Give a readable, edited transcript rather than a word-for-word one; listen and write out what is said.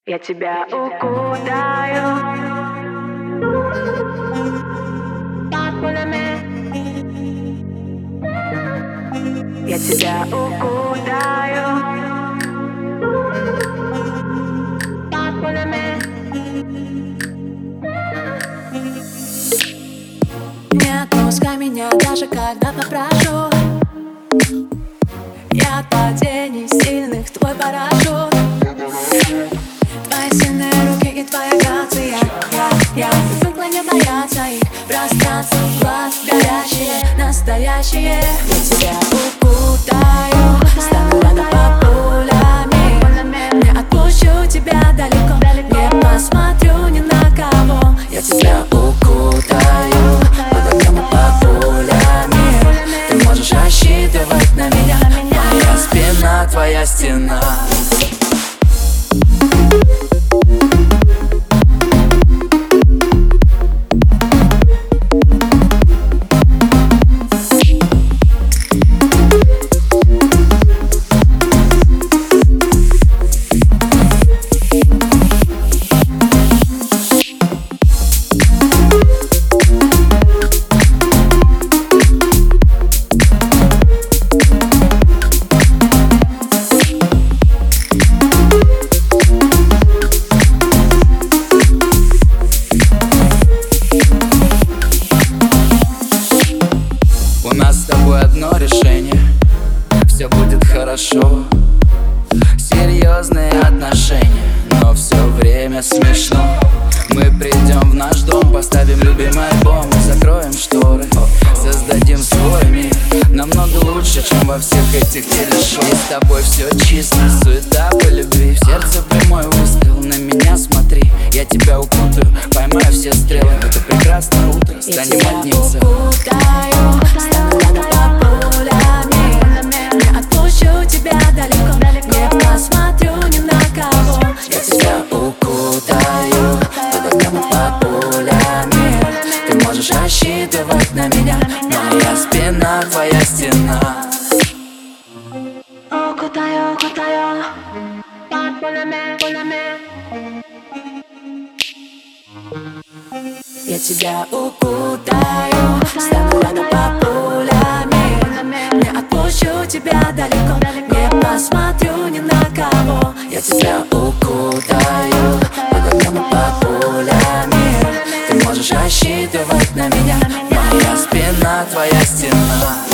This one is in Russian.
Я тебя укутаю под пулями. Я тебя укутаю под пулями. Не отпускай меня, даже когда попрошу. Я от падений сильных твой парашют. Твои сильные руки и твоя грация. Я привыкла не бояться их. Пространство, глаз горящие, настоящие. Я тебя укутаю, стану рядом под пулями. Не отпущу тебя далеко, не посмотрю ни на кого. Я тебя укутаю, буду прямо под пулями. Ты можешь рассчитывать на меня, моя спина, твоя стена. У нас с тобой одно решение, все будет хорошо. Серьезные отношения, но все время смешно. Мы придем в наш дом, поставим любимый альбом и закроем шторы. Создадим свой мир, намного лучше, чем во всех этих телешоу. И с тобой все чисто, суета по любви. В сердце прямой выстрел, на меня смотри. Я тебя укутаю, поймаю все стрелы. Это прекрасное утро, станем одним целым. Стану рядом под пулями. Не отпущу тебя далеко, не посмотрю ни на кого. Я тебя укутаю, буду прямо под пулями. Ты можешь рассчитывать на меня, моя спина, твоя стена. Укутаю, укутаю под пулями, пулями. Я тебя укутаю, стану рядом под пулями. Не отпущу тебя далеко, не посмотрю ни на кого. Я тебя укутаю, буду прямо под пулями. Ты можешь рассчитывать на меня, моя спина, твоя стена.